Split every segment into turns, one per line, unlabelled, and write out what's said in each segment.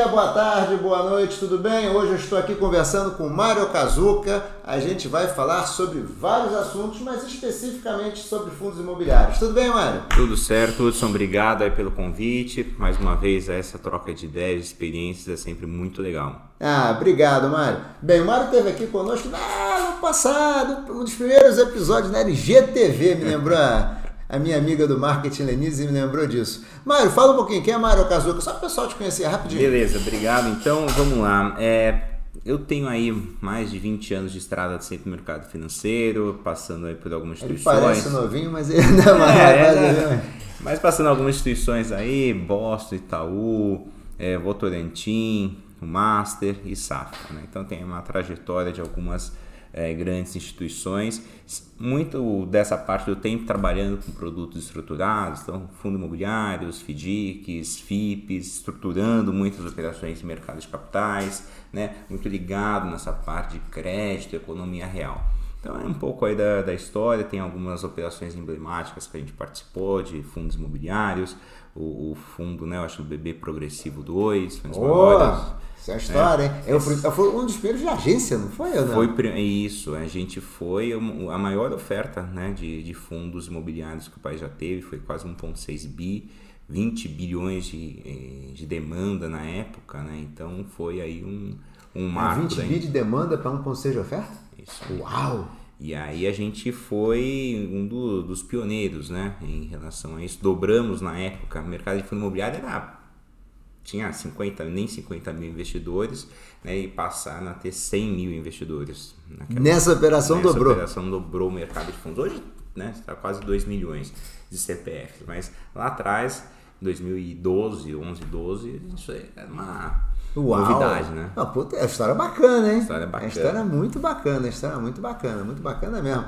dia, boa tarde, boa noite, tudo bem? Hoje eu estou aqui conversando com Mário Okazuka. A gente vai falar sobre vários assuntos, mas especificamente sobre fundos imobiliários. Tudo bem, Mário?
Tudo certo, Hudson. Obrigado aí pelo convite. Mais uma vez, essa troca de ideias, experiências é sempre muito legal.
Obrigado, Mário. Bem, o Mário esteve aqui conosco no passado, um dos primeiros episódios na LGTV, me lembrou a minha amiga do marketing, Lenise, me lembrou disso. Mário, fala um pouquinho, quem é Mário Okazuka? Só para o pessoal te conhecer rapidinho.
Beleza, obrigado. Então, vamos lá. Eu tenho aí mais de 20 anos de estrada sempre no mercado financeiro, passando aí por algumas instituições.
Ele parece novinho, mas ele ainda é mais.
Mas passando algumas instituições aí, Boston, Itaú, Votorantim, o Master e Safra, né? Então tem uma trajetória de algumas grandes instituições, muito dessa parte do tempo trabalhando com produtos estruturados, então fundos imobiliários, FDICs, FIPs, estruturando muitas operações de mercado de capitais, né? Muito ligado nessa parte de crédito, economia real. Então é um pouco aí da história, tem algumas operações emblemáticas que a gente participou de fundos imobiliários, o fundo, né, eu acho o BB Progressivo 2, foi
essa é a história, hein? Foi um dos primeiros de agência, não foi? Ou não?
Foi isso, a gente foi a maior oferta, né, de fundos imobiliários que o país já teve, foi quase 1,6 bi, 20 bilhões de demanda na época, né? Então foi aí um marco.
20 bi de demanda para 1,6 de oferta?
Isso.
Uau!
E aí a gente foi um dos pioneiros, né, em relação a isso. Dobramos na época, o mercado de fundo imobiliário tinha 50 mil investidores, né, e passaram a ter 100 mil investidores.
Nessa operação dobrou?
Nessa operação dobrou o mercado de fundos. Hoje, né, está quase 2 milhões de CPFs, mas lá atrás, em 2012, 11, 12, isso aí era uma novidade, né?
A história é bacana, hein?
A história é bacana.
A história é muito bacana, muito bacana mesmo.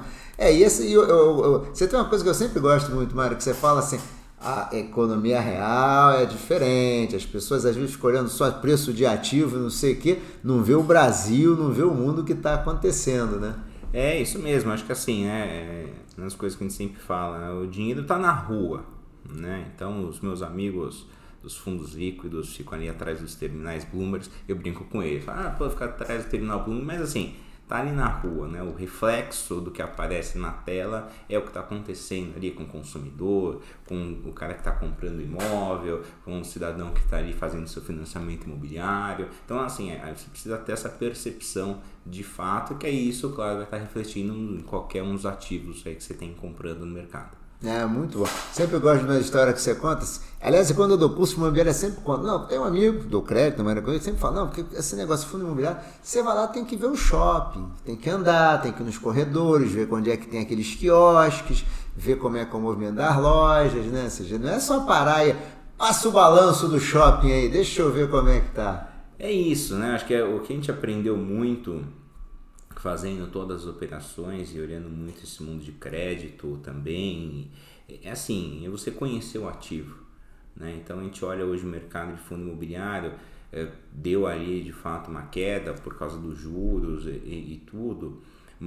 Você tem uma coisa que eu sempre gosto muito, Mário, que você fala assim, a economia real é diferente, as pessoas às vezes ficam olhando só preço de ativo, não sei o quê, não vê o Brasil, não vê o mundo que está acontecendo, né?
É isso mesmo, acho que assim, uma das coisas que a gente sempre fala, o dinheiro está na rua, né? Então os meus amigos dos fundos líquidos ficam ali atrás dos terminais Bloomberg, eu brinco com eles, pode ficar atrás do terminal Bloomberg, mas assim, tá ali na rua, né? O reflexo do que aparece na tela é o que está acontecendo ali com o consumidor, com o cara que está comprando imóvel, com o cidadão que está ali fazendo seu financiamento imobiliário. Então, assim, você precisa ter essa percepção de fato, que é isso, claro, vai estar refletindo em qualquer um dos ativos aí que você tem comprando no mercado.
Muito bom. Sempre gosto de uma história que você conta. Aliás, quando eu dou curso imobiliário, eu sempre conto. Não, tem um amigo, dou crédito, mas eu sempre falo, não, porque esse negócio de fundo imobiliário, você vai lá, tem que ver o shopping, tem que andar, tem que ir nos corredores, ver onde é que tem aqueles quiosques, ver como é que é o movimento das lojas, né? Ou seja, não é só parar e passa o balanço do shopping aí, deixa eu ver como é que tá.
É isso, né? Acho que o que a gente aprendeu muito fazendo todas as operações e olhando muito esse mundo de crédito também, é você conhecer o ativo, né? Então a gente olha hoje o mercado de fundo imobiliário, deu ali de fato uma queda por causa dos juros e tudo,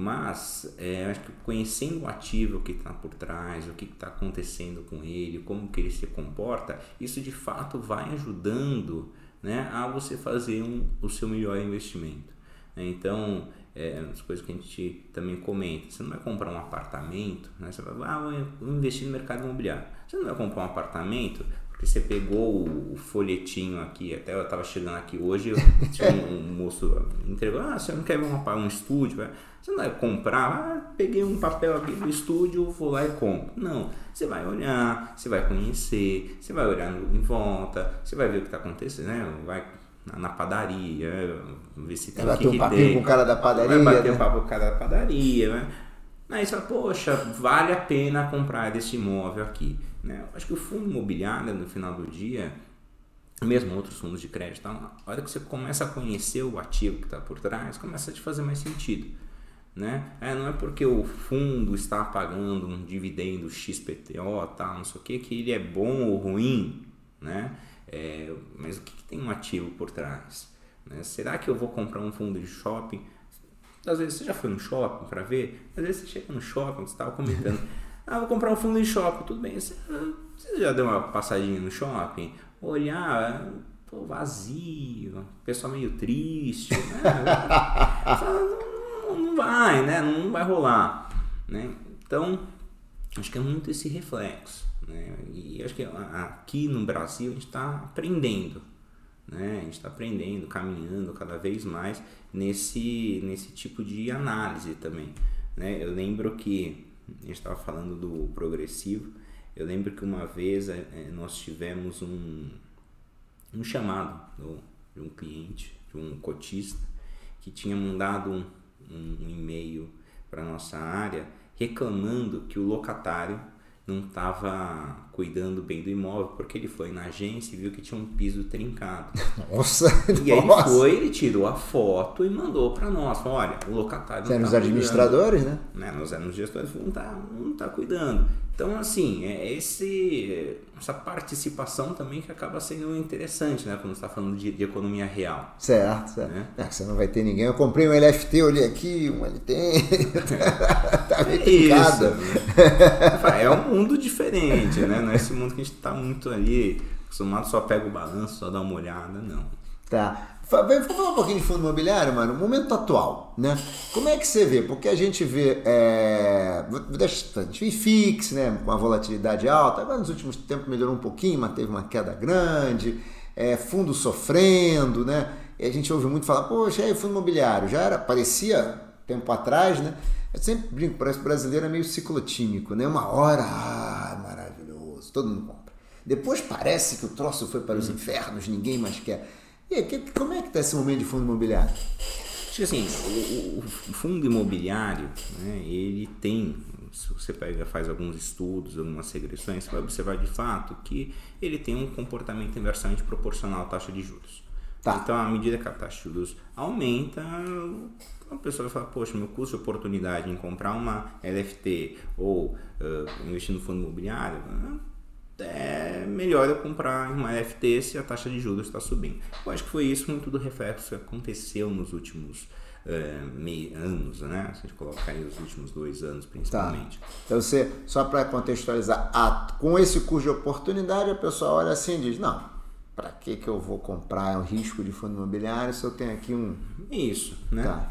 mas acho que conhecendo o ativo que está por trás, o que está acontecendo com ele, como que ele se comporta, isso de fato vai ajudando, né, a você fazer o seu melhor investimento, né? Então as coisas que a gente também comenta, você não vai comprar um apartamento, né? Você vai, vou investir no mercado imobiliário. Você não vai comprar um apartamento porque você pegou o folhetinho aqui, até eu estava chegando aqui hoje, tinha um moço entregou, você não quer ver um estúdio? Você não vai comprar, peguei um papel aqui do estúdio, vou lá e compro. Não, você vai olhar, você vai conhecer, você vai olhar em volta, você vai ver o que está acontecendo, né? Vai na padaria, ver se tem
o que tem. Vai bater um papinho com o cara da padaria.
Vai bater um papo com o cara da padaria, né? Aí você fala, poxa, vale a pena comprar esse imóvel aqui, né? Eu acho que o fundo imobiliário, no final do dia, mesmo outros fundos de crédito, a hora que você começa a conhecer o ativo que está por trás, começa a te fazer mais sentido, né? Não é porque o fundo está pagando um dividendo XPTO, não sei o que ele é bom ou ruim, né? Mas o que tem um ativo por trás, né? Será que eu vou comprar um fundo de shopping? Às vezes você já foi no shopping para ver, às vezes você chega no shopping, você estava comentando, vou comprar um fundo de shopping, tudo bem, você já deu uma passadinha no shopping, olhar, pô, vazio, pessoal meio triste, né? Não vai, né? Não vai rolar, né? Então, acho que é muito esse reflexo, né? E acho que aqui no Brasil a gente está aprendendo, né? A gente está aprendendo, caminhando cada vez mais nesse tipo de análise também, né? Eu lembro que a gente estava falando do progressivo. Eu lembro que uma vez nós tivemos um chamado de um cliente, de um cotista, que tinha mandado um e-mail para nossa área reclamando que o locatário não estava cuidando bem do imóvel, porque ele foi na agência e viu que tinha um piso trincado.
Nossa!
E aí ele tirou a foto e mandou para nós. Falou, olha, o locatário não
eram os
tá
administradores,
cuidando, né? Nós éramos gestores, não tá cuidando. Então, assim, essa participação também que acaba sendo interessante, né? Quando você está falando de economia real.
Certo.
Né?
Você não vai ter ninguém. Eu comprei um LFT, olhei aqui, um LT. Tá meio
isso.
Trincado.
É um mundo diferente, né? Não é esse mundo que a gente está muito ali acostumado, só pega o balanço, só dá uma olhada, não.
Tá. Vamos falar um pouquinho de fundo imobiliário, mano. Momento atual, né? Como é que você vê? Porque a gente vê a gente vê IFIX, né? Com a volatilidade alta. Agora nos últimos tempos melhorou um pouquinho, mas teve uma queda grande. Fundo sofrendo, né? E a gente ouve muito falar, poxa, aí o fundo imobiliário já parecia tempo atrás, né? Eu sempre brinco, parece que o brasileiro é meio ciclotímico, né? Uma hora, maravilhoso, todo mundo compra. Depois parece que o troço foi para os infernos, ninguém mais quer. E aí, como é que está esse momento de fundo imobiliário?
Acho que assim, o fundo imobiliário, né, ele tem, se você faz alguns estudos, algumas regressões, você vai observar de fato que ele tem um comportamento inversamente proporcional à taxa de juros. Tá. Então, à medida que a taxa de juros aumenta, a pessoa vai falar, poxa, meu custo de oportunidade em comprar uma LFT ou investir no fundo imobiliário, é melhor eu comprar uma LFT se a taxa de juros está subindo. Eu acho que foi isso muito do reflexo que aconteceu nos últimos anos, né? Se a gente colocar aí os últimos 2 anos principalmente.
Tá. Então você, só para contextualizar, com esse custo de oportunidade a pessoa olha assim e diz, não, para que eu vou comprar o risco de fundo imobiliário se eu tenho aqui um...
Isso, né?
Tá.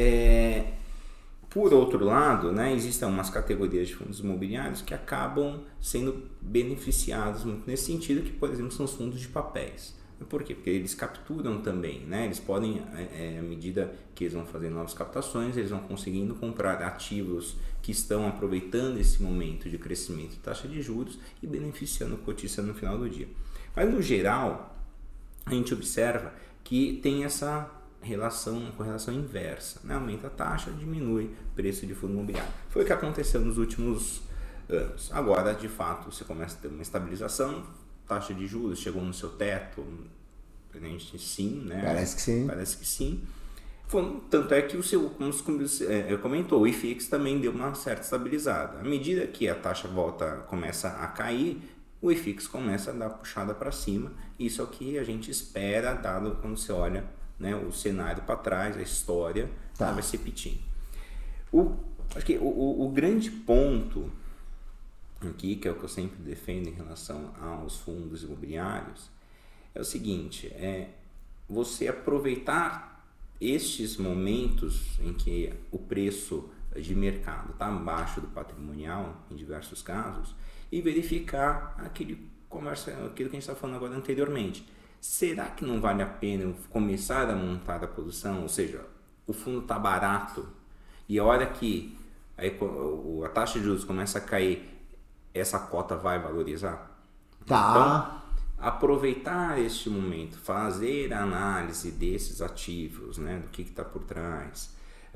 Por outro lado, né, existem umas categorias de fundos imobiliários que acabam sendo beneficiados muito nesse sentido, que, por exemplo, são os fundos de papéis. Por quê? Porque eles capturam também, né? Eles podem, à medida que eles vão fazendo novas captações, eles vão conseguindo comprar ativos que estão aproveitando esse momento de crescimento de taxa de juros e beneficiando o cotista no final do dia. Mas, no geral, a gente observa que tem essa correlação inversa, né? Aumenta a taxa, diminui o preço de fundo imobiliário. Foi o que aconteceu nos últimos anos. Agora, de fato, você começa a ter uma estabilização, taxa de juros chegou no seu teto, sim, né?
Parece que sim.
Parece que sim. Tanto é que como você comentou, o IFIX também deu uma certa estabilizada. À medida que a taxa começa a cair, o IFIX começa a dar puxada para cima. Isso é o que a gente espera, dado quando você olha, né, o cenário para trás, a história, vai se repetindo. Acho que o grande ponto aqui, que é o que eu sempre defendo em relação aos fundos imobiliários, é o seguinte, você aproveitar estes momentos em que o preço de mercado está abaixo do patrimonial, em diversos casos, e verificar aquilo que a gente está falando agora anteriormente. Será que não vale a pena eu começar a montar a posição? Ou seja, o fundo está barato e a hora que a taxa de juros começa a cair, essa cota vai valorizar?
Tá.
Então, aproveitar este momento, fazer a análise desses ativos, né, do que está por trás,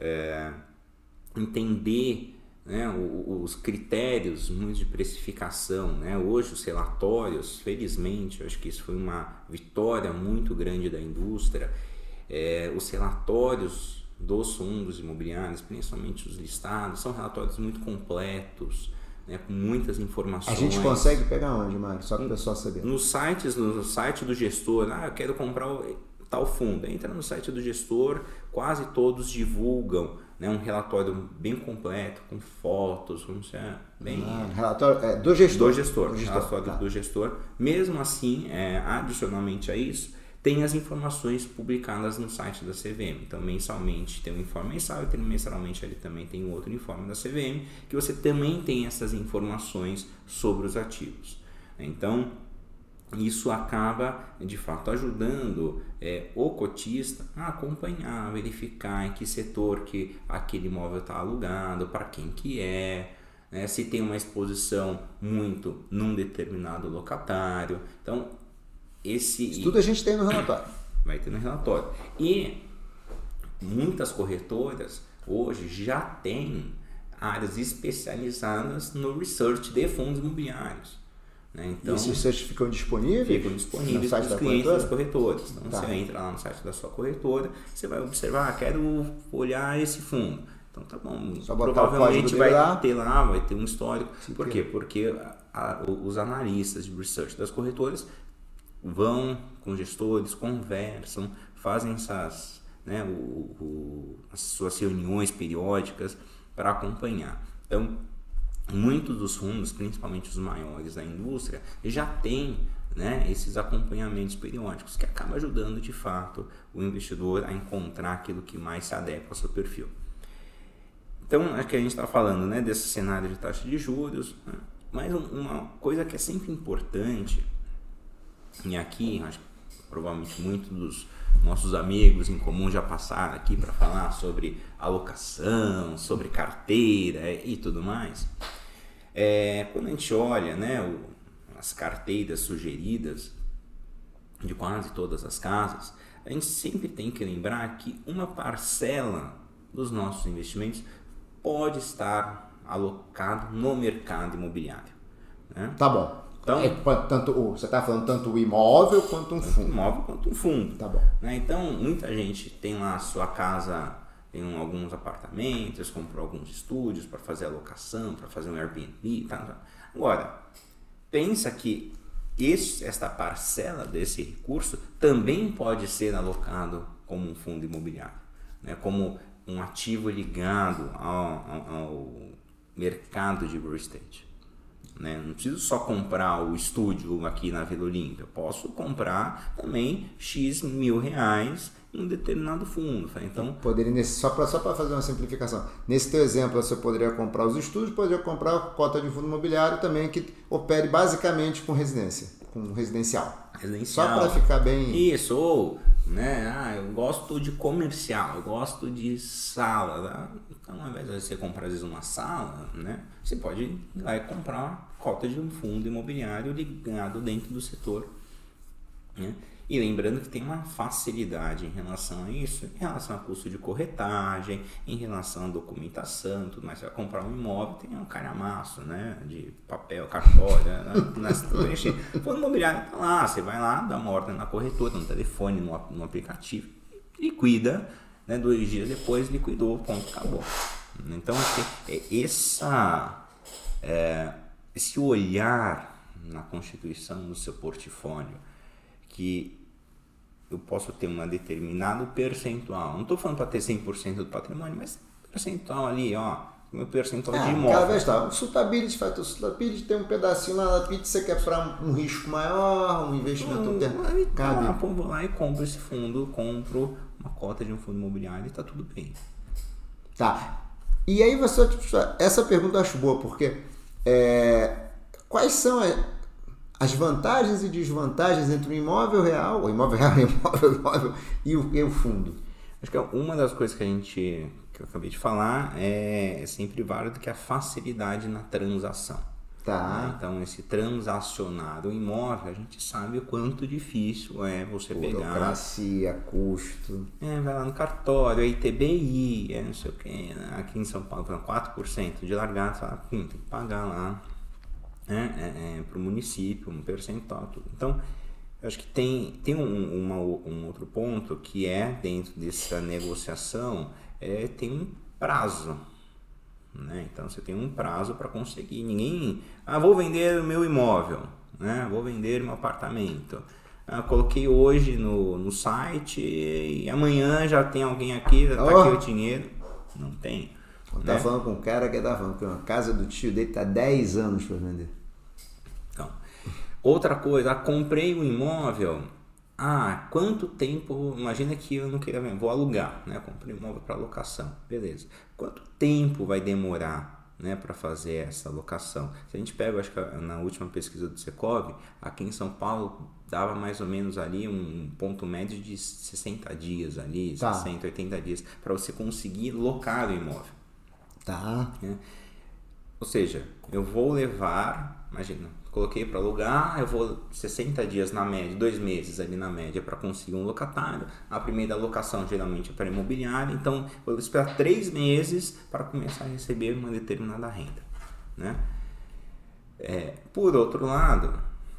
entender, né, os critérios muito de precificação, né? Hoje os relatórios, felizmente, eu acho que isso foi uma vitória muito grande da indústria, os relatórios dos fundos imobiliários, principalmente os listados, são relatórios muito completos, né, com muitas informações.
A gente consegue pegar onde, Mário? Só para o pessoal saber.
No site do gestor, eu quero comprar tal fundo, entra no site do gestor, quase todos divulgam, né, um relatório bem completo, com fotos, bem...
relatório do gestor.
Relatório do gestor. Mesmo assim, adicionalmente a isso, tem as informações publicadas no site da CVM. Então, mensalmente tem um informe mensal e trimestralmente ali também tem um outro informe da CVM, que você também tem essas informações sobre os ativos. Então, isso acaba, de fato, ajudando o cotista a acompanhar, verificar em que setor que aquele imóvel está alugado, para quem que é, né, se tem uma exposição muito num determinado locatário. Então, isso
tudo a gente tem no relatório.
Vai ter no relatório. E muitas corretoras hoje já têm áreas especializadas no research de fundos imobiliários. Né? Então,
e esses research ficam disponíveis?
Ficam disponíveis
no site
para os
da
clientes
corretora?
das corretoras. Então,
Tá.
você entra lá no site da sua corretora, você vai observar, quero olhar esse fundo. Então, tá bom.
Só botar o
Provavelmente
código
vai
dele lá.
ter lá, vai ter um histórico.
Sim,
Por quê? Porque os analistas de research das corretoras vão com gestores, conversam, fazem essas, né, as suas reuniões periódicas para acompanhar. Então, muitos dos fundos, principalmente os maiores da indústria, já têm, né, esses acompanhamentos periódicos que acabam ajudando de fato o investidor a encontrar aquilo que mais se adequa ao seu perfil. Então, aqui a gente está falando, né, desse cenário de taxa de juros, né, mas uma coisa que é sempre importante, e aqui acho que provavelmente muitos dos nossos amigos em comum já passaram aqui para falar sobre alocação, sobre carteira e tudo mais. Quando a gente olha, né, as carteiras sugeridas de quase todas as casas, a gente sempre tem que lembrar que uma parcela dos nossos investimentos pode estar alocado no mercado imobiliário. Né?
Tá bom.
Então,
você está falando tanto o imóvel quanto um fundo.
Imóvel quanto um fundo.
Tá bom.
Né? Então, muita gente tem lá a sua casa, tem alguns apartamentos, comprou alguns estúdios para fazer a locação, para fazer um Airbnb. Tá. Agora, pensa que esta parcela desse recurso também pode ser alocado como um fundo imobiliário, né? Como um ativo ligado ao mercado de real estate. Né? Não preciso só comprar o estúdio aqui na Vila Olímpia, eu posso comprar também X mil reais em um determinado fundo. Então,
poderia, só para fazer uma simplificação, nesse teu exemplo você poderia comprar os estúdios, poderia comprar a cota de fundo imobiliário também que opere basicamente com residência, com residencial. Só para ficar bem...
Isso, ou né, eu gosto de comercial, eu gosto de sala. Tá? Então, ao invés de você comprar às vezes uma sala, né, você pode ir lá e comprar uma cota de um fundo imobiliário ligado dentro do setor. Né? E lembrando que tem uma facilidade em relação a isso, em relação a custo de corretagem, em relação a documentação, tudo mais. Você vai comprar um imóvel, tem um calhamaço, né, de papel, cartório, fundo imobiliário tá lá, você vai lá, dá uma ordem na corretora, no telefone, no aplicativo, liquida, né, 2 dias depois liquidou, ponto, acabou. Então, esse olhar na constituição do seu portfólio, que eu posso ter um determinado percentual, não estou falando para ter 100% do patrimônio, mas percentual ali, ó, meu percentual de imóvel.
Cada vez tá, o Suitability faz o Suitability, tem um pedacinho lá na pizza, você quer para um risco maior, um investimento
Vou lá e compro esse fundo, compro uma cota de um fundo imobiliário e está tudo bem.
Tá, e aí essa pergunta eu acho boa, porque quais são as vantagens e desvantagens entre o imóvel real e o fundo?
Acho que uma das coisas que eu acabei de falar é sempre válido, que é a facilidade na transação.
Tá.
Né? Então, esse transacionar o imóvel, a gente sabe o quanto difícil é você pegar.
Burocracia, custo.
Vai lá no cartório, ITBI, não sei o que. Aqui em São Paulo, 4% de largada, tem que pagar lá. Para o município, um percentual, tudo. Então, eu acho que tem um outro ponto que dentro dessa negociação, tem um prazo. Né? Então, você tem um prazo para conseguir. Ninguém, vou vender o meu imóvel, né? Vou vender meu apartamento. Coloquei hoje no site e amanhã já tem alguém aqui, já está aqui o dinheiro. Não tem.
Eu estava falando com um cara que falando que uma casa do tio dele está 10 anos para vender.
Então, outra coisa, comprei um imóvel quanto tempo, imagina que eu não queria, vou alugar, né? Comprei um imóvel para locação, beleza. Quanto tempo vai demorar, né, para fazer essa locação? Se a gente pega, acho que na última pesquisa do Secov, aqui em São Paulo dava mais ou menos ali um ponto médio de 60 dias ali, 60, 80 dias, para você conseguir locar o imóvel.
Tá.
Né? Ou seja, eu vou levar, imagina, coloquei para alugar, eu vou 60 dias na média, 2 meses ali na média para conseguir um locatário. A primeira locação geralmente é para imobiliária, então eu vou esperar 3 meses para começar a receber uma determinada renda, né? Por outro lado,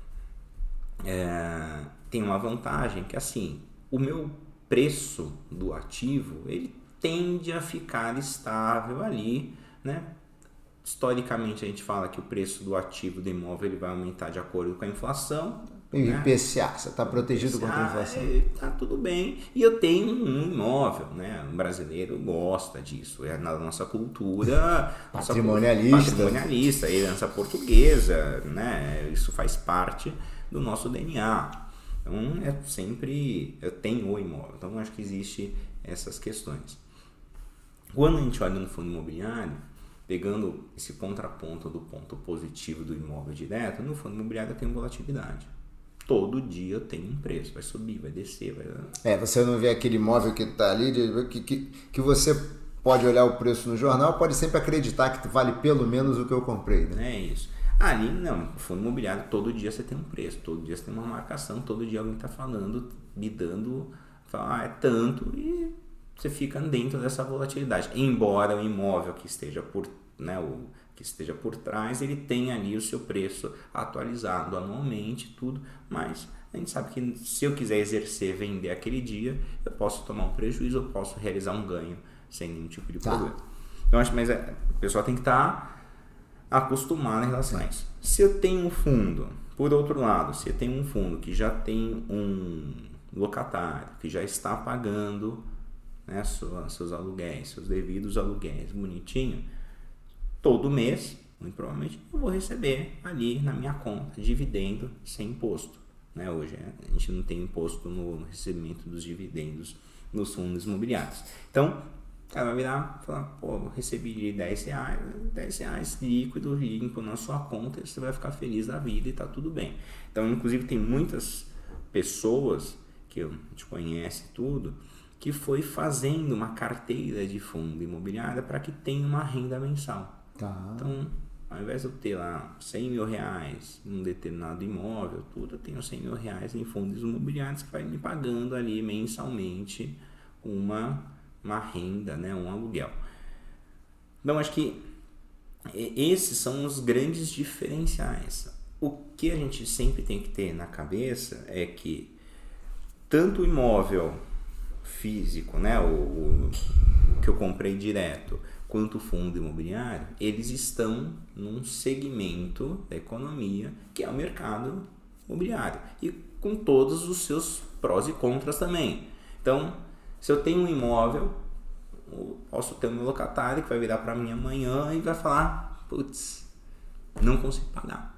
tem uma vantagem que assim, o meu preço do ativo ele tende a ficar estável ali, né? Historicamente a gente fala que o preço do ativo do imóvel ele vai aumentar de acordo com a inflação.
E né? IPCA, você está protegido contra a inflação.
Tá tudo bem. E eu tenho um imóvel, né? O brasileiro gosta disso. É na nossa cultura patrimonialista, herança portuguesa, né? Isso faz parte do nosso DNA. Então eu tenho o imóvel. Então acho que existe essas questões. Quando a gente olha no fundo imobiliário, pegando esse contraponto do ponto positivo do imóvel direto, no fundo imobiliário tem volatilidade. Todo dia tem um preço, vai subir, vai descer.
Você não vê aquele imóvel que está ali, que você pode olhar o preço no jornal, pode sempre acreditar que vale pelo menos o que eu comprei. Né?
É isso. Ali não, no fundo imobiliário todo dia você tem um preço, todo dia você tem uma marcação, todo dia alguém está falando, bidando, fala, é tanto, e você fica dentro dessa volatilidade. Embora o imóvel que esteja por trás, ele tem ali o seu preço atualizado anualmente, tudo, mas a gente sabe que se eu quiser exercer, vender aquele dia, eu posso tomar um prejuízo, eu posso realizar um ganho sem nenhum tipo de problema. Então, mas o pessoal tem que estar acostumado em relação a isso. Se eu tenho um fundo, por outro lado, se eu tenho um fundo que já tem um locatário, que já está pagando, né, seus aluguéis, seus devidos aluguéis, bonitinho, todo mês, muito provavelmente, eu vou receber ali na minha conta dividendo sem imposto. Né? Hoje a gente não tem imposto no recebimento dos dividendos nos fundos imobiliários. Então, o cara vai virar e falar, recebi R$10 líquido, limpo na sua conta, e você vai ficar feliz da vida e tá tudo bem. Então, inclusive, tem muitas pessoas que a gente conhece tudo, que foi fazendo uma carteira de fundo imobiliário para que tenha uma renda mensal.
Tá.
Então, ao invés de eu ter lá R$100 mil em um determinado imóvel, tudo, eu tenho R$100 mil em fundos imobiliários que vai me pagando ali mensalmente uma renda, né, um aluguel. Então, acho que esses são os grandes diferenciais. O que a gente sempre tem que ter na cabeça é que tanto o imóvel físico, né, o que eu comprei direto, quanto o fundo imobiliário, eles estão num segmento da economia que é o mercado imobiliário e com todos os seus prós e contras também. Então, se eu tenho um imóvel, eu posso ter um meu locatário que vai virar para mim amanhã e vai falar, putz, não consigo pagar.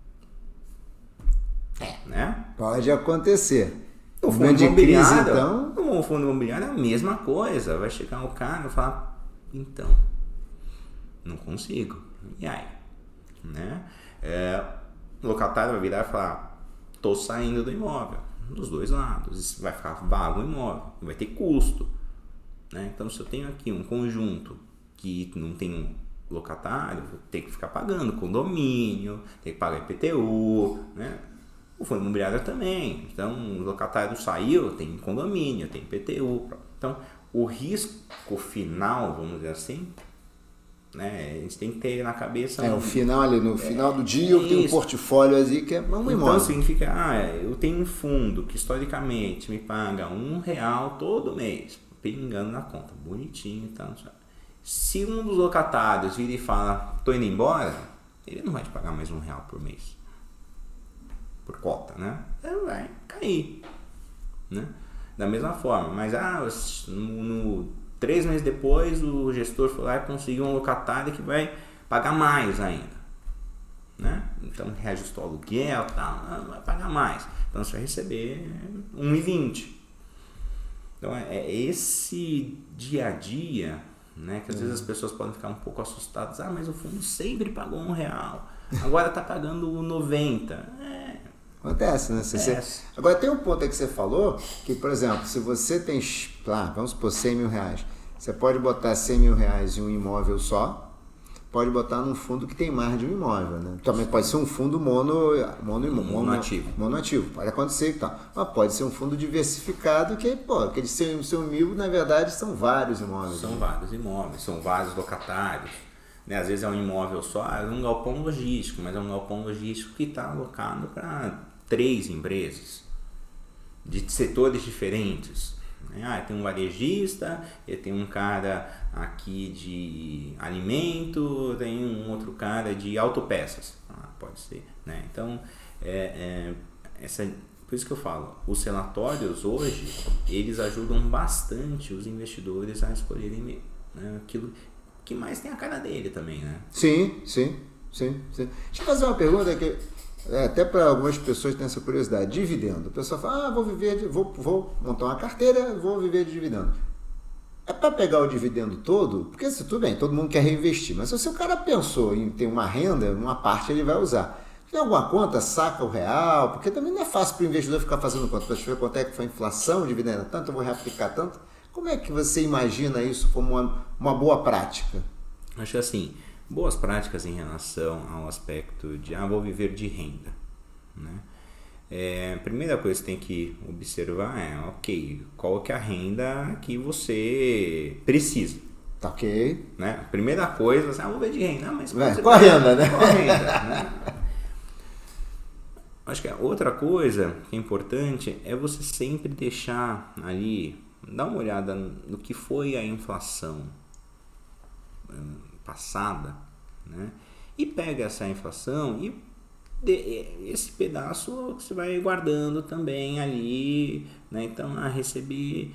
Né?
Pode acontecer.
No fundo imobiliário, então... No fundo imobiliário é a mesma coisa. Vai chegar o cara e falar, então, não consigo. E aí? Né? O locatário vai virar e falar, tô saindo do imóvel. Dos dois lados. Vai ficar vago o imóvel. Vai ter custo. Né? Então, se eu tenho aqui um conjunto que não tem um locatário, vou ter que ficar pagando condomínio, tem que pagar IPTU, né? O fundo imobiliário também. Então, o locatário saiu, tem condomínio, tem IPTU. Então, o risco final, vamos dizer assim, né, a gente tem que ter na cabeça...
o final ali, no final do dia eu tenho um portfólio ali que é um imóvel.
Então, significa, eu tenho um fundo que historicamente me paga R$1 todo mês, pingando na conta, bonitinho e tal. Se um dos locatários vira e fala, tô indo embora, ele não vai te pagar mais R$1 por mês. Por cota, né? Então vai cair, né? Da mesma forma, mas 3 meses depois o gestor foi lá e conseguiu um locatário que vai pagar mais ainda, né? então reajustou o aluguel, tá, vai pagar mais. Então você vai receber 1,20. Então é esse dia a dia, né, que às vezes as pessoas podem ficar um pouco assustadas. Mas o fundo sempre pagou R$1, agora está pagando 90.
Acontece, né? Agora tem um ponto aí que você falou, que por exemplo, se você tem, vamos supor, R$100 mil, você pode botar R$100 mil em um imóvel só, pode botar num fundo que tem mais de um imóvel, né? Também pode ser um fundo monoativo. Pode acontecer e tal. Mas pode ser um fundo diversificado que, aqueles 100 mil, na verdade, são vários imóveis.
São vários imóveis, são vários locatários. Né? Às vezes é um imóvel só, é um galpão logístico, mas é um galpão logístico que está alocado para 3 empresas de setores diferentes. Tem um varejista, tem um cara aqui de alimento, tem um outro cara de autopeças. Pode ser, né? Então, por isso que eu falo, os relatórios hoje, eles ajudam bastante os investidores a escolherem, né, aquilo que mais tem a cara dele também, né?
Sim. Deixa eu fazer uma pergunta que até para algumas pessoas tem essa curiosidade. Dividendo. O pessoal fala, vou montar uma carteira, vou viver de dividendo. É para pegar o dividendo todo? Porque tudo bem, todo mundo quer reinvestir, mas se o cara pensou em ter uma renda, uma parte ele vai usar. Tem alguma conta, saca o real, porque também não é fácil para o investidor ficar fazendo conta. Para ver quanto é que foi a inflação, o dividendo tanto, eu vou reaplicar tanto. Como é que você imagina isso como uma boa prática?
Acho que assim, boas práticas em relação ao aspecto de vou viver de renda, né? A primeira coisa que você tem que observar qual que é a renda que você precisa.
Tá ok.
Né? A primeira coisa, vou viver de renda, mas
qual a renda, né?
Qual a renda, né? Acho que a outra coisa que é importante é você sempre deixar ali, dar uma olhada no que foi a inflação passada, né? E pega essa inflação e esse pedaço você vai guardando também ali, né? Então, recebi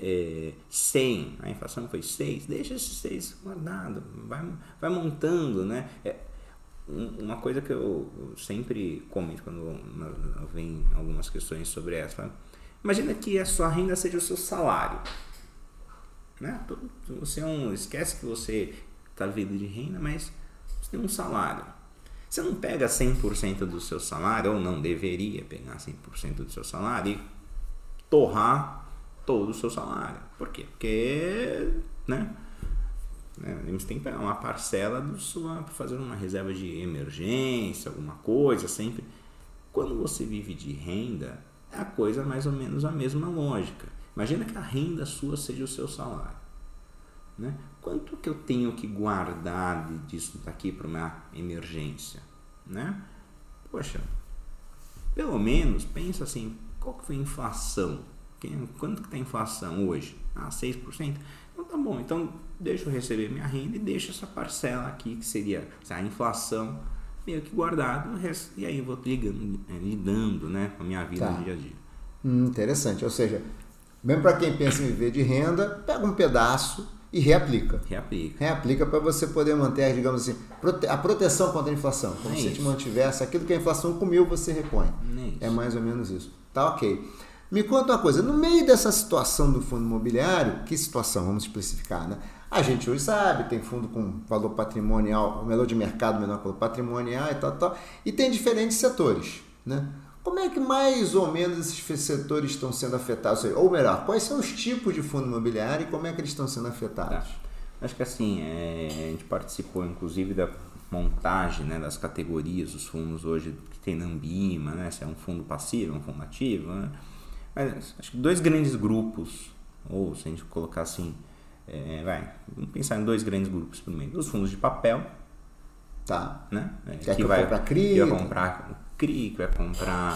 100, a inflação foi 6, deixa esses 6 guardado, vai montando, né? Uma coisa que eu sempre comento quando vem algumas questões sobre essa, imagina que a sua renda seja o seu salário, né? Você esquece que você está vivendo de renda, mas você tem um salário. Você não pega 100% do seu salário, ou não deveria pegar 100% do seu salário e torrar todo o seu salário. Por quê? Porque, né? Você tem que pegar uma parcela para fazer uma reserva de emergência, alguma coisa, sempre. Quando você vive de renda, é a coisa mais ou menos a mesma lógica. Imagina que a renda sua seja o seu salário, né? Quanto que eu tenho que guardar disso daqui para uma emergência, né? Poxa, pelo menos pensa assim, qual que foi a inflação? Quanto que está a inflação hoje? 6%? Então tá bom, então deixa eu receber minha renda e deixa essa parcela aqui, que seria a inflação, meio que guardado, e aí eu vou lidando, né, com a minha vida no dia a dia.
Interessante, ou seja, mesmo para quem pensa em viver de renda, pega um pedaço e reaplica. Reaplica para você poder manter, digamos assim, a proteção contra a inflação. Como se te mantivesse, aquilo que a inflação comeu, você repõe. É mais ou menos isso. Tá ok. Me conta uma coisa, no meio dessa situação do fundo imobiliário, que situação, vamos especificar, né? A gente hoje sabe, tem fundo com valor patrimonial, o valor de mercado menor que o patrimonial e tal, e tem diferentes setores, né? Como é que mais ou menos esses setores estão sendo afetados? Ou melhor, quais são os tipos de fundo imobiliário e como é que eles estão sendo afetados?
Acho que assim, a gente participou inclusive da montagem, né, das categorias dos fundos hoje que tem na Ambima, né? Se é um fundo passivo, um fundo ativo, né? Mas acho que 2 grandes grupos, ou se a gente colocar assim, vamos pensar em 2 grandes grupos primeiro. Os fundos de papel, né? Que vai comprar CRI, que vai comprar CRI, que vai comprar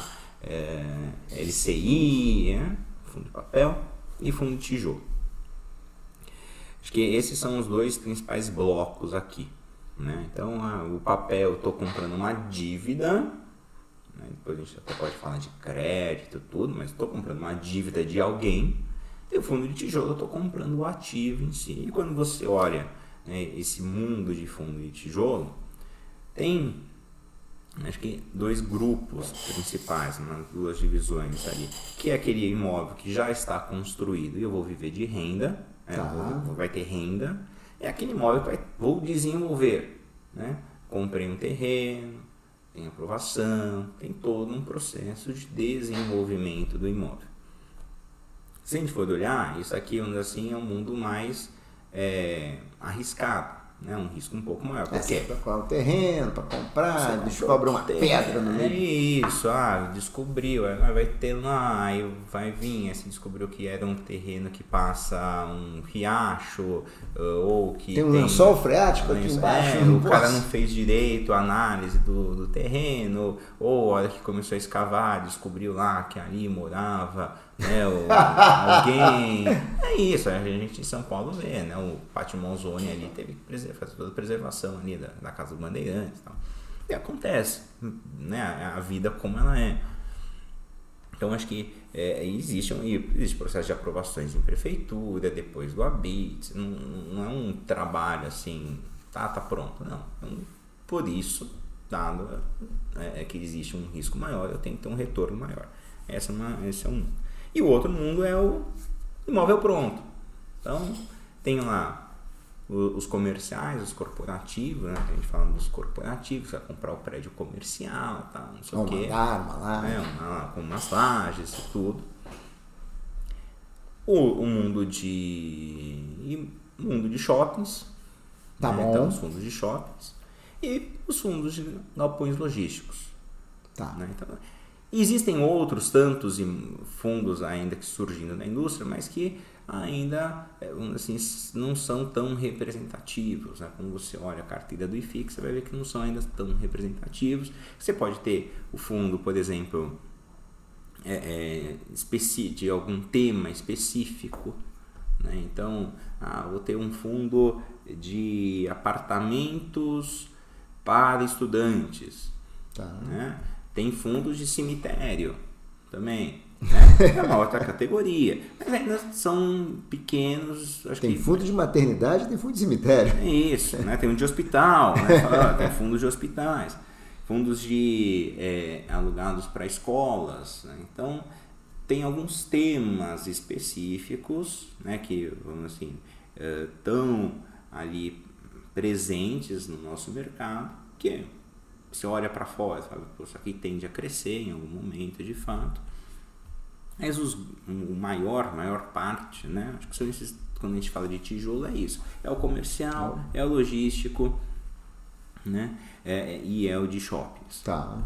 LCI, fundo de papel e fundo de tijolo. Acho que esses são os 2 principais blocos aqui, né? Então, o papel, eu estou comprando uma dívida, né? Depois a gente até pode falar de crédito, tudo, mas estou comprando uma dívida de alguém. E o fundo de tijolo, eu estou comprando o ativo em si. E quando você olha, né, esse mundo de fundo de tijolo, tem acho que dois grupos principais, duas divisões ali, que é aquele imóvel que já está construído e eu vou viver de renda, vai ter renda, é aquele imóvel que vou desenvolver, né? Comprei um terreno, tem aprovação, tem todo um processo de desenvolvimento do imóvel. Se a gente for olhar, isso aqui, assim, é um mundo mais arriscado, né? Um risco um pouco maior. Por quê?
Para comprar um terreno, para comprar, descobre uma pedra no meio.
Isso, descobriu, vai ter lá, aí vai vir, se descobriu que era um terreno que passa um riacho, ou que
tem um lençol freático aqui embaixo.
O cara não fez direito a análise do terreno, ou a hora que começou a escavar, descobriu lá que ali morava, né, alguém. É isso, a gente em São Paulo vê, né, o Pátio Monzoni ali teve que fazer toda a preservação ali da Casa do Bandeirantes e tal. E acontece, né, a vida como ela é. Então acho que existe processo de aprovações em prefeitura, depois do habite, não é um trabalho assim, tá pronto, não. Então, por isso, dado que existe um risco maior, eu tenho que ter um retorno maior. Esse é um. E o outro mundo é o imóvel pronto. Então, tem lá os comerciais, os corporativos, né? A gente fala dos corporativos, vai comprar o prédio comercial, tá? Não sei o quê.
Uma laje.
Com umas lajes e tudo. O mundo de shoppings.
Tá bom.
Então, os fundos de shoppings. E os fundos de galpões logísticos.
Tá.
Né? Então, existem outros tantos fundos ainda que surgindo na indústria, mas que ainda assim, não são tão representativos, né? Quando você olha a carteira do IFIX, você vai ver que não são ainda tão representativos. Você pode ter o fundo, por exemplo, de algum tema específico, né? Então, vou ter um fundo de apartamentos para estudantes, né? Tem fundos de cemitério também, né? É uma outra categoria, mas ainda são pequenos.
Tem fundo de maternidade e tem fundo de cemitério.
É isso, né? Tem um de hospital, né? Tem fundos de hospitais, fundos alugados para escolas, né? Então tem alguns temas específicos, né, que, vamos assim, estão ali presentes no nosso mercado, que você olha para fora e fala, isso aqui tende a crescer em algum momento, de fato. Mas maior parte, né? Acho que são esses, quando a gente fala de tijolo, é isso. É o comercial, é o logístico, né? E é o de shoppings.
Tá.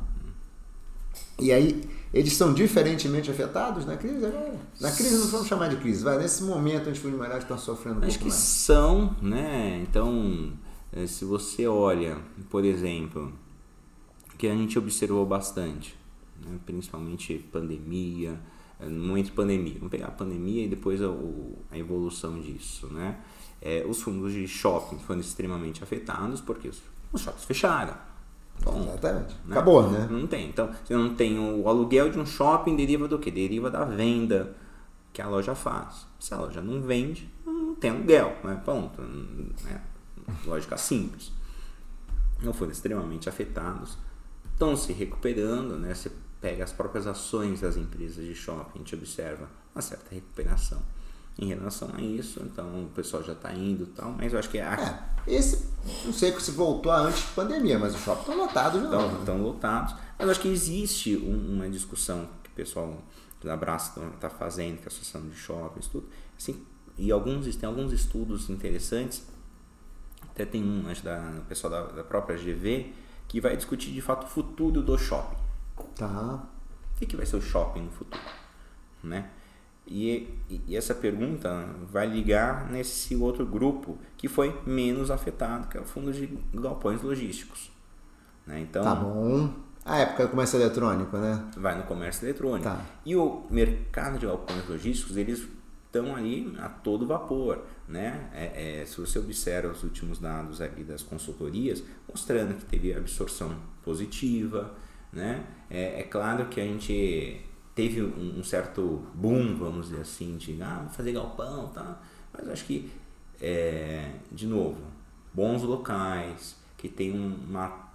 E aí, eles são diferentemente afetados na crise agora? Na crise não vamos chamar de crise, nesse momento os fundos imobiliários estão sofrendo um pouco mais.
Acho que são, né? Então, se você olha, por exemplo, que a gente observou bastante, né? Principalmente pandemia, no momento de pandemia, vamos pegar a pandemia e depois a evolução disso, né? Os fundos de shopping foram extremamente afetados porque os shoppings fecharam. Bom,
exatamente.
Né?
Acabou, né?
Não tem. Então, você não tem o aluguel de um shopping, deriva do quê? Deriva da venda que a loja faz. Se a loja não vende, não tem aluguel, né? Ponto. Lógica simples. Não foram extremamente afetados. Estão se recuperando, né? Você pega as próprias ações das empresas de shopping, a gente observa uma certa recuperação em relação a isso. Então, o pessoal já está indo e tal, mas eu acho que
esse, não sei se voltou antes da pandemia, mas os shoppings estão lotados de novo.
Estão lotados. Mas eu acho que existe uma discussão que o pessoal da Abraço está fazendo, que é a Associação de Shoppings, tudo. Assim, e tem alguns estudos interessantes. Até tem acho, do pessoal da própria GV, que vai discutir de fato o futuro do shopping.
Tá.
O que vai ser o shopping no futuro? Né? E essa pergunta vai ligar nesse outro grupo que foi menos afetado, que é o fundo de galpões logísticos. Né? Então,
tá bom. A época do comércio eletrônico, né?
Vai no comércio eletrônico.
Tá.
E o mercado de galpões logísticos, eles estão ali a todo vapor. Né? Se você observa os últimos dados ali das consultorias, mostrando que teve absorção positiva. Né? É claro que a gente teve um certo boom, vamos dizer assim, de fazer galpão, tá? Mas acho que, de novo, bons locais, que tem uma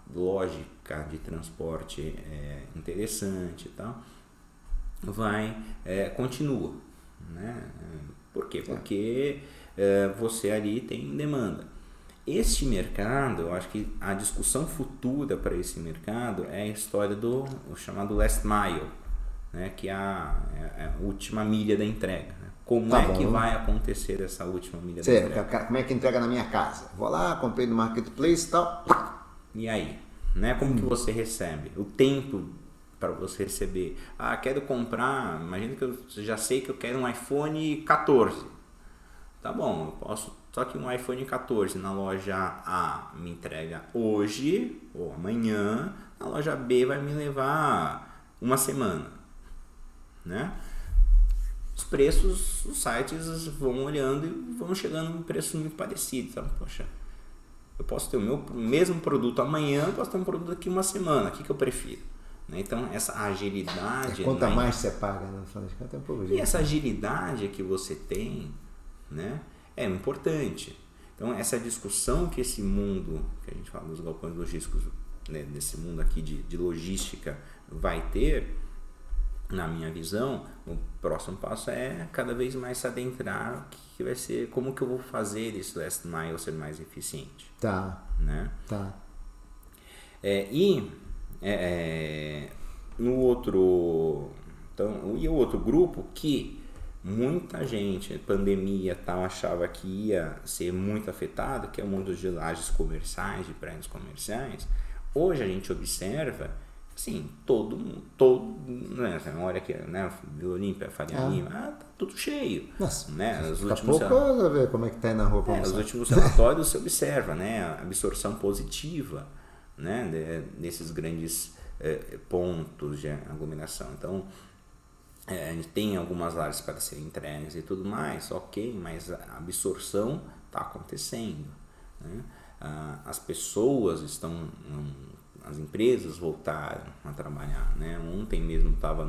lógica de transporte interessante e tal, continua, né? Por quê? Porque você ali tem demanda. Este mercado, eu acho que a discussão futura para esse mercado é a história do chamado last mile, né? Que é a última milha da entrega, né? Como que vai acontecer essa última milha da entrega?
Como é que entrega na minha casa? Vou lá, comprei no marketplace e tal.
E aí? Né? Como que você recebe? O tempo para você receber. Quero comprar, imagina que eu já sei que eu quero um iPhone 14. Tá bom, eu posso, só que um iPhone 14 na loja A me entrega hoje ou amanhã, na loja B vai me levar uma semana, né? Os preços, os sites vão olhando e vão chegando em preços muito parecidos, sabe? Poxa, eu posso ter o meu mesmo produto amanhã, eu posso ter um produto daqui uma semana, o que eu prefiro? Então, essa agilidade...
Quanto mais você paga, né?
E essa agilidade que você tem, né, é importante. Então, essa discussão que esse mundo, que a gente fala dos galpões logísticos, né, desse mundo aqui de logística, vai ter, na minha visão, o próximo passo é cada vez mais se adentrar, que vai ser como que eu vou fazer esse last mile ser mais eficiente. Né? No outro, então, e o outro grupo que muita gente, pandemia tal, achava que ia ser muito afetado, que é o mundo de lajes comerciais, de prédios comerciais. Hoje a gente observa, assim, todo, né, olha aqui, né, Vila Olímpia, Faria Lima, tá tudo cheio.
Nossa,
né?
Daqui a pouco ver como é que tá aí na rua.
Os últimos relatórios você observa, né, a absorção positiva, né, desses grandes pontos de aglomeração. Então, a gente tem algumas lajes para serem entregues e tudo mais, ok, mas a absorção está acontecendo, né? As pessoas estão, as empresas voltaram a trabalhar, né? Ontem mesmo estava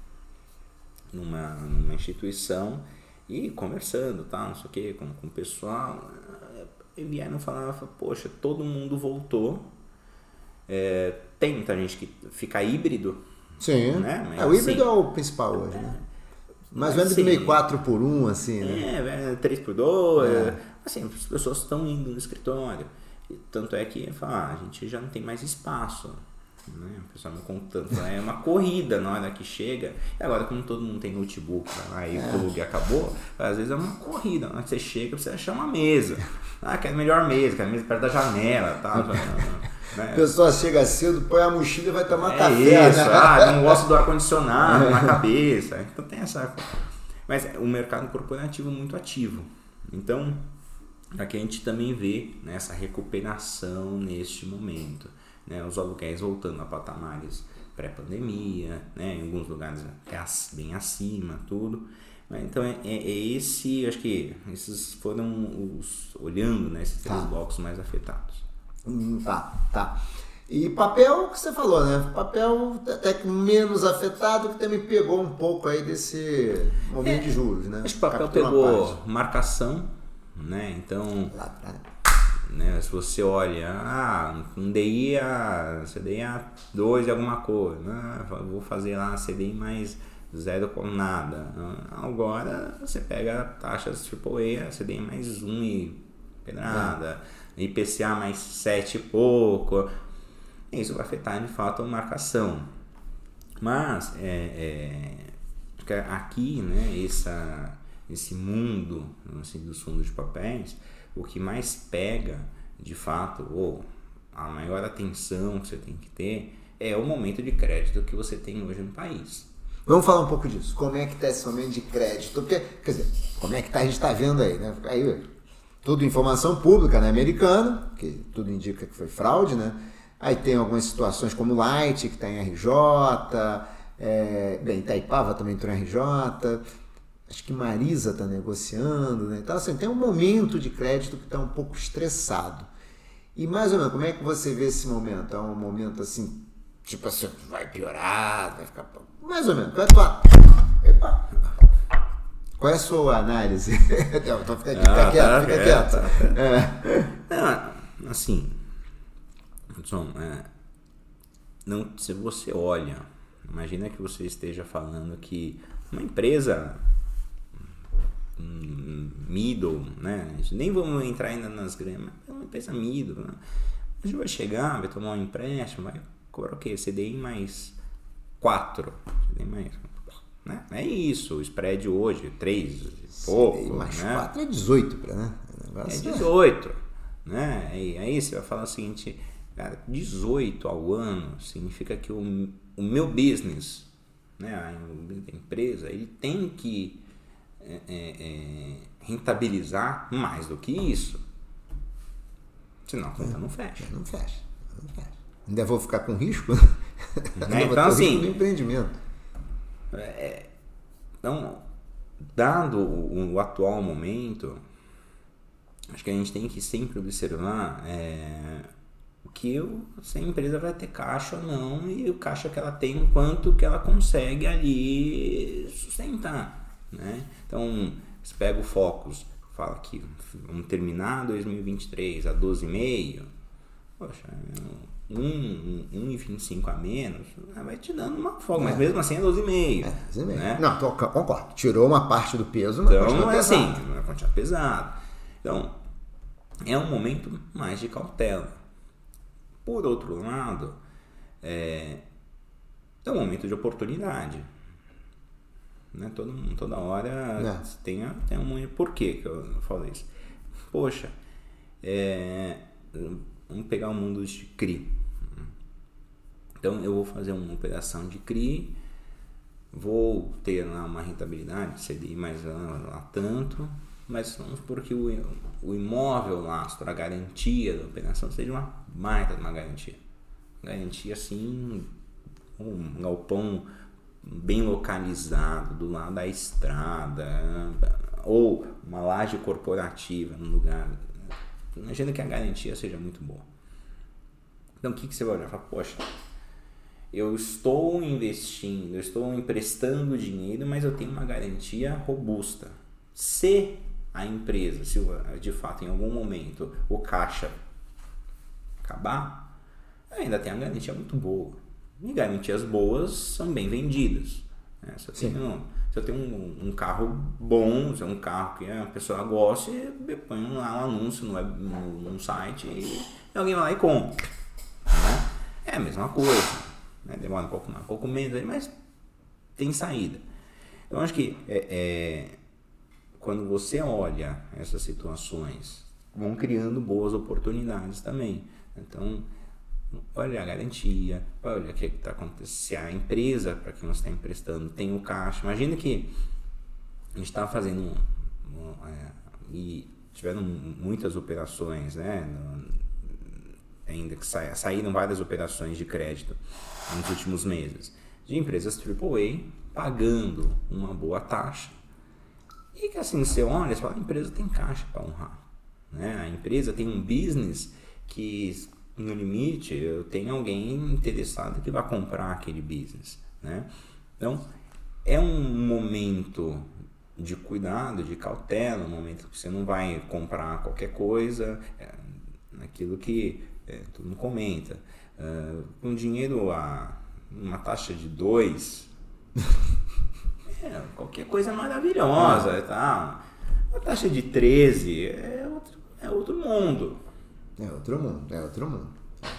numa instituição e conversando, tá, não sei o que, com o pessoal, e vieram falar, poxa, todo mundo voltou, tem muita gente que fica híbrido.
Sim,
né? Mas,
o híbrido é o principal hoje, né? Mas o híbrido meio 4x1, assim, né?
3x2, assim, as pessoas estão indo no escritório. E tanto é que a gente já não tem mais espaço, né? O pessoal não conta tanto, é uma corrida na hora que chega. E agora, como todo mundo tem notebook, aí o plug acabou, às vezes é uma corrida. Na hora que você chega, você achar uma mesa. Quero melhor mesa, quero mesa perto da janela, tá?
A pessoa chega cedo, põe a mochila e vai tomar café.
Isso, né? Não gosto do ar-condicionado na cabeça. Então tem essa. Mas o mercado corporativo é muito ativo. Então, aqui a gente também vê, né, essa recuperação neste momento. Né? Os aluguéis voltando a patamares pré-pandemia, né? Em alguns lugares bem acima, tudo. Então esse, acho que esses foram olhando, né, esses três blocos mais afetados.
Tá. E papel, que você falou, né? Papel até que menos afetado, que também pegou um pouco aí desse momento de juros, né?
Acho que o papel pegou marcação, né? Então, né, se você olha, um CDI a 2 e alguma coisa, né? Vou fazer lá CDI mais 0 com nada. Agora você pega taxas AAA, CDI mais 1 e pedrada. IPCA mais 7 e pouco, isso vai afetar de fato a marcação. Mas aqui, né, esse mundo, assim, dos fundos de papéis, o que mais pega de fato, ou a maior atenção que você tem que ter, é o momento de crédito que você tem hoje no país.
Vamos falar um pouco disso. Como é que está esse momento de crédito? Porque, quer dizer, como é que tá, a gente está vendo aí, né? Tudo informação pública, né, americana, que tudo indica que foi fraude, né? Aí tem algumas situações como Light, que está em RJ, Itaipava também entrou em RJ, acho que Marisa está negociando, né? Então, assim, tem um momento de crédito que está um pouco estressado. E mais ou menos, como é que você vê esse momento? É um momento assim, tipo assim, vai piorar, vai ficar... Mais ou menos, qual é a sua análise? Então, fica quieto.
Assim, Hudson, não, se você olha, imagina que você esteja falando que uma empresa middle, né? A gente nem vamos entrar ainda nas grandes, mas é uma empresa middle, né? A gente vai chegar, vai tomar um empréstimo, vai cobrar o quê? CDI mais 4, CDI mais, né? É isso, o spread hoje, 3 e pouco,
CDI mais
né?
4 é 18, né?
É 18, né? E aí você vai falar o seguinte, cara, 18 ao ano significa que o meu business, né, a empresa, ele tem que rentabilizar mais do que isso. Senão a conta não fecha.
Não fecha. Ainda vou ficar com risco?
Então, assim,
do empreendimento.
Então, dado o atual momento, acho que a gente tem que sempre observar se a empresa vai ter caixa ou não, e o caixa que ela tem, o quanto que ela consegue ali sustentar, né? Então, você pega o Focus, fala que vamos terminar 2023 a 12,5, poxa, 1,25 a menos, vai te dando uma folga, mas mesmo assim é 12,5. Né?
Não, concordo. Tirou uma parte do peso, mas
então é assim, vai continuar pesado. Então, é um momento mais de cautela. Por outro lado, é um momento de oportunidade. Né? Toda hora tem um... Por que eu falo isso? Poxa, vamos pegar o mundo de CRI. Então eu vou fazer uma operação de CRI, vou ter lá uma rentabilidade, CDI mais lá tanto, mas vamos supor que o imóvel lastro, a garantia da operação seja uma baita de uma garantia. Garantia assim, um galpão bem localizado, do lado da estrada, ou uma laje corporativa no lugar. Imagina que a garantia seja muito boa. Então o que você vai olhar? Fala, poxa, eu estou investindo, eu estou emprestando dinheiro, mas eu tenho uma garantia robusta. Se a empresa, se de fato em algum momento o caixa acabar, ainda tem uma garantia muito boa. E garantias boas são bem vendidas. Né? Se eu tenho um carro bom, se é um carro que a pessoa gosta, eu ponho lá um anúncio num site e alguém vai lá e compra. Né? É a mesma coisa. Né? Demora um pouco mais, um pouco menos, mas tem saída. Então acho que quando você olha essas situações, vão criando boas oportunidades também. Então, olha a garantia, olha o que está acontecendo, se a empresa para quem você está emprestando tem o caixa. Imagina que a gente está fazendo e tiveram muitas operações, né? Ainda que saíram várias operações de crédito nos últimos meses, de empresas AAA pagando uma boa taxa. E que assim, você olha e fala, a empresa tem caixa para honrar. Né? A empresa tem um business que, no limite, eu tenho alguém interessado que vai comprar aquele business. Né? Então, é um momento de cuidado, de cautela, um momento que você não vai comprar qualquer coisa, aquilo que todo mundo comenta. Com dinheiro a uma taxa de 2, qualquer coisa maravilhosa, tá? Uma taxa de 13 é outro mundo.
É outro mundo.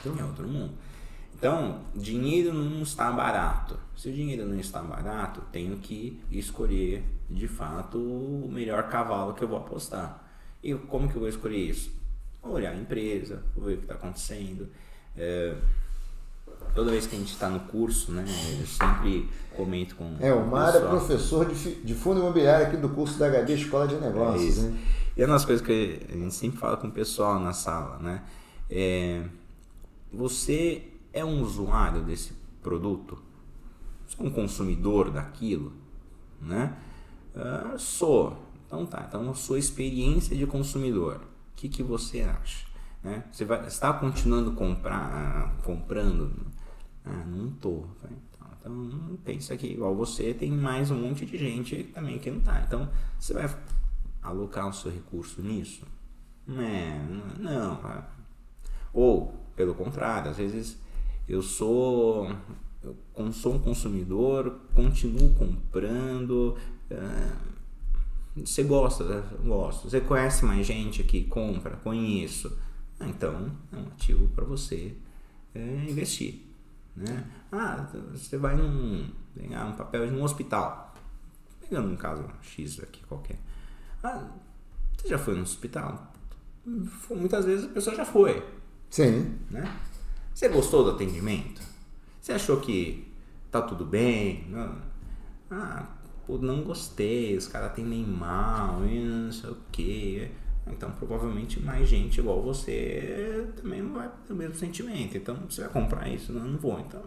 Então, dinheiro não está barato. Se o dinheiro não está barato, tenho que escolher, de fato, o melhor cavalo que eu vou apostar. E como que eu vou escolher isso? Vou olhar a empresa, vou ver o que está acontecendo. Toda vez que a gente está no curso, né, eu sempre comento com
o Mário é professor de fundo imobiliário aqui do curso da HB Escola de Negócios. Né?
E é uma das coisas que a gente sempre fala com o pessoal na sala, né? Você é um usuário desse produto? Você é um consumidor daquilo? Né? Sou. Então tá, então a sua experiência de consumidor, o que você acha? Né? Você está continuando comprando? Não estou. Então pensa que igual você tem mais um monte de gente também que não está. Então você vai alocar o seu recurso nisso? Não. Ou Pelo contrário, às vezes eu sou um consumidor, continuo comprando. Você gosta? Gosto. Você conhece mais gente que compra? Conheço. Então é um ativo para você investir, né? Você vai ganhar um papel de um hospital, pegando um caso X aqui qualquer. Você já foi no hospital? Muitas vezes a pessoa já foi.
Sim.
Né? Você gostou do atendimento? Você achou que tá tudo bem? Não gostei, os caras atendem mal, não sei o que. Então provavelmente mais gente igual você também não vai ter o mesmo sentimento. Então você vai comprar isso? Não vou. Então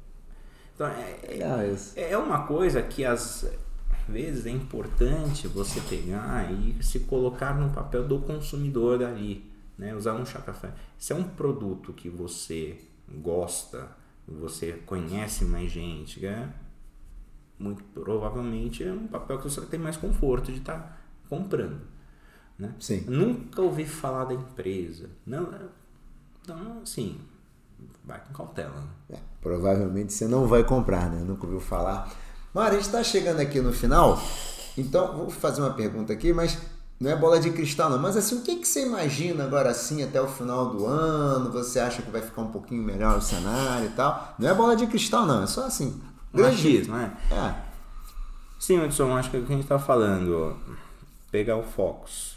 é uma coisa que às vezes é importante você pegar e se colocar no papel do consumidor dali, né? Usar um chá-café. Se é um produto que você gosta, você conhece mais gente, né? Muito provavelmente é um papel que você vai ter mais conforto de estar comprando, né?
Sim.
Nunca ouvi falar da empresa. Não, então, assim, vai com cautela.
Né? Provavelmente você não vai comprar, né? Nunca ouviu falar. Mário, a gente está chegando aqui no final, então vou fazer uma pergunta aqui, mas não é bola de cristal não, mas assim, o que você imagina agora assim até o final do ano? Você acha que vai ficar um pouquinho melhor o cenário e tal? Não é bola de cristal não, é só assim...
Machismo, né? Sim, Edson, acho que é o que a gente está falando, pegar o Focus,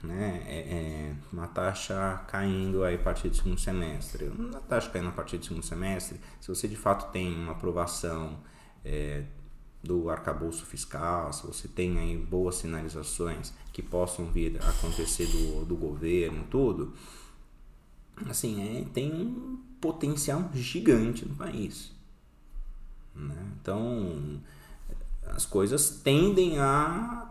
né? Uma taxa caindo aí a partir do segundo semestre. Uma taxa caindo a partir do segundo semestre, se você de fato tem uma aprovação do arcabouço fiscal, se você tem aí boas sinalizações que possam vir a acontecer do governo, tudo, assim, tem um potencial gigante no país. Né? Então as coisas tendem a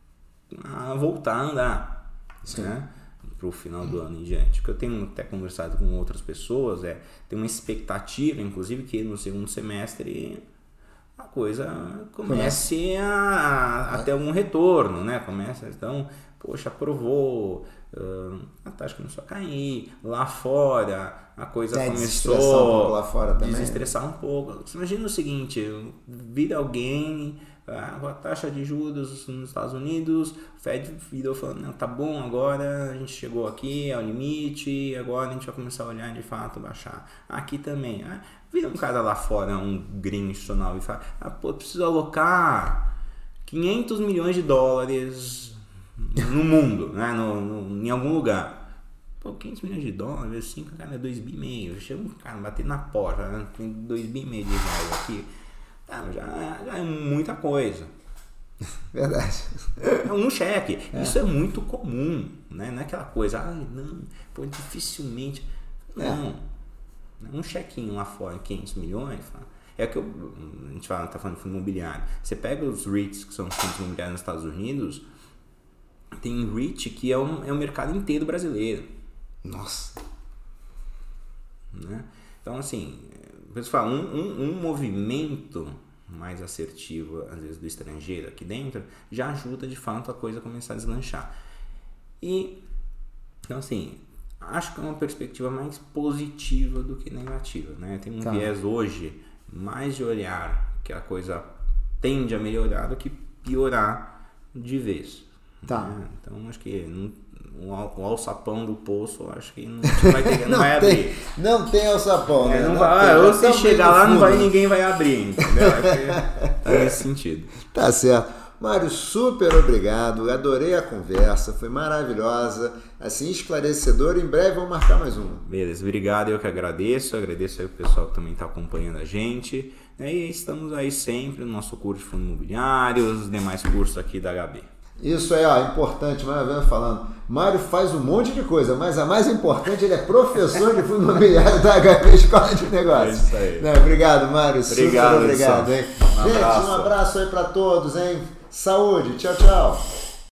voltar a andar, né? Para o final do ano em diante. O que eu tenho até conversado com outras pessoas tem uma expectativa, inclusive, que no segundo semestre a coisa comece a ter algum retorno, né? Então, poxa, aprovou, a taxa começou a cair, lá fora a coisa começou
a
desestressar um pouco. Você imagina o seguinte, vira alguém, a taxa de juros nos Estados Unidos, o Fed virou falando, não, tá bom, agora a gente chegou aqui ao limite, agora a gente vai começar a olhar de fato, baixar. Aqui também, vira um cara lá fora, um gringo institucional e fala, preciso alocar 500 milhões de dólares no mundo, né? Em algum lugar. 500 milhões de dólares, vezes 5, cara, é 2,5 bi. Chega um cara bater na porta, né? Tem 2,5 bi de reais aqui. Já é muita coisa.
Verdade.
É um cheque. Isso é muito comum, né? Não é aquela coisa, dificilmente. Não. Um chequinho lá fora, 500 milhões. É que a gente tá falando de fundo imobiliário. Você pega os REITs, que são os fundos imobiliários nos Estados Unidos, tem REIT que é o mercado inteiro brasileiro.
Nossa.
Né? Então, assim, você fala, um movimento mais assertivo, às vezes, do estrangeiro aqui dentro, já ajuda, de fato, a coisa a começar a deslanchar. Então, assim, acho que é uma perspectiva mais positiva do que negativa, né? Tem um viés hoje mais de olhar que a coisa tende a melhorar do que piorar de vez. Né? Então, acho que o alçapão do poço, acho que não vai ter, não vai abrir.
Não tem alçapão, né?
Ou se chegar lá, ninguém vai abrir, entendeu? Tá nesse sentido.
Tá certo. Mário, super obrigado, adorei a conversa, foi maravilhosa, assim, esclarecedora. Em breve vamos marcar mais uma.
Beleza, obrigado, eu que agradeço aí o pessoal que também está acompanhando a gente. E estamos aí sempre no nosso curso de fundo imobiliário, os demais cursos aqui da HB.
Isso aí, importante, Mário falando. Mário faz um monte de coisa, mas a mais importante, ele é professor de fundo imobiliário da HB Escola de Negócios.
É isso aí.
Né? Obrigado, Mário.
Obrigado,
super obrigado, hein?
Um abraço.
Gente, um abraço aí para todos, hein? Saúde, tchau, tchau.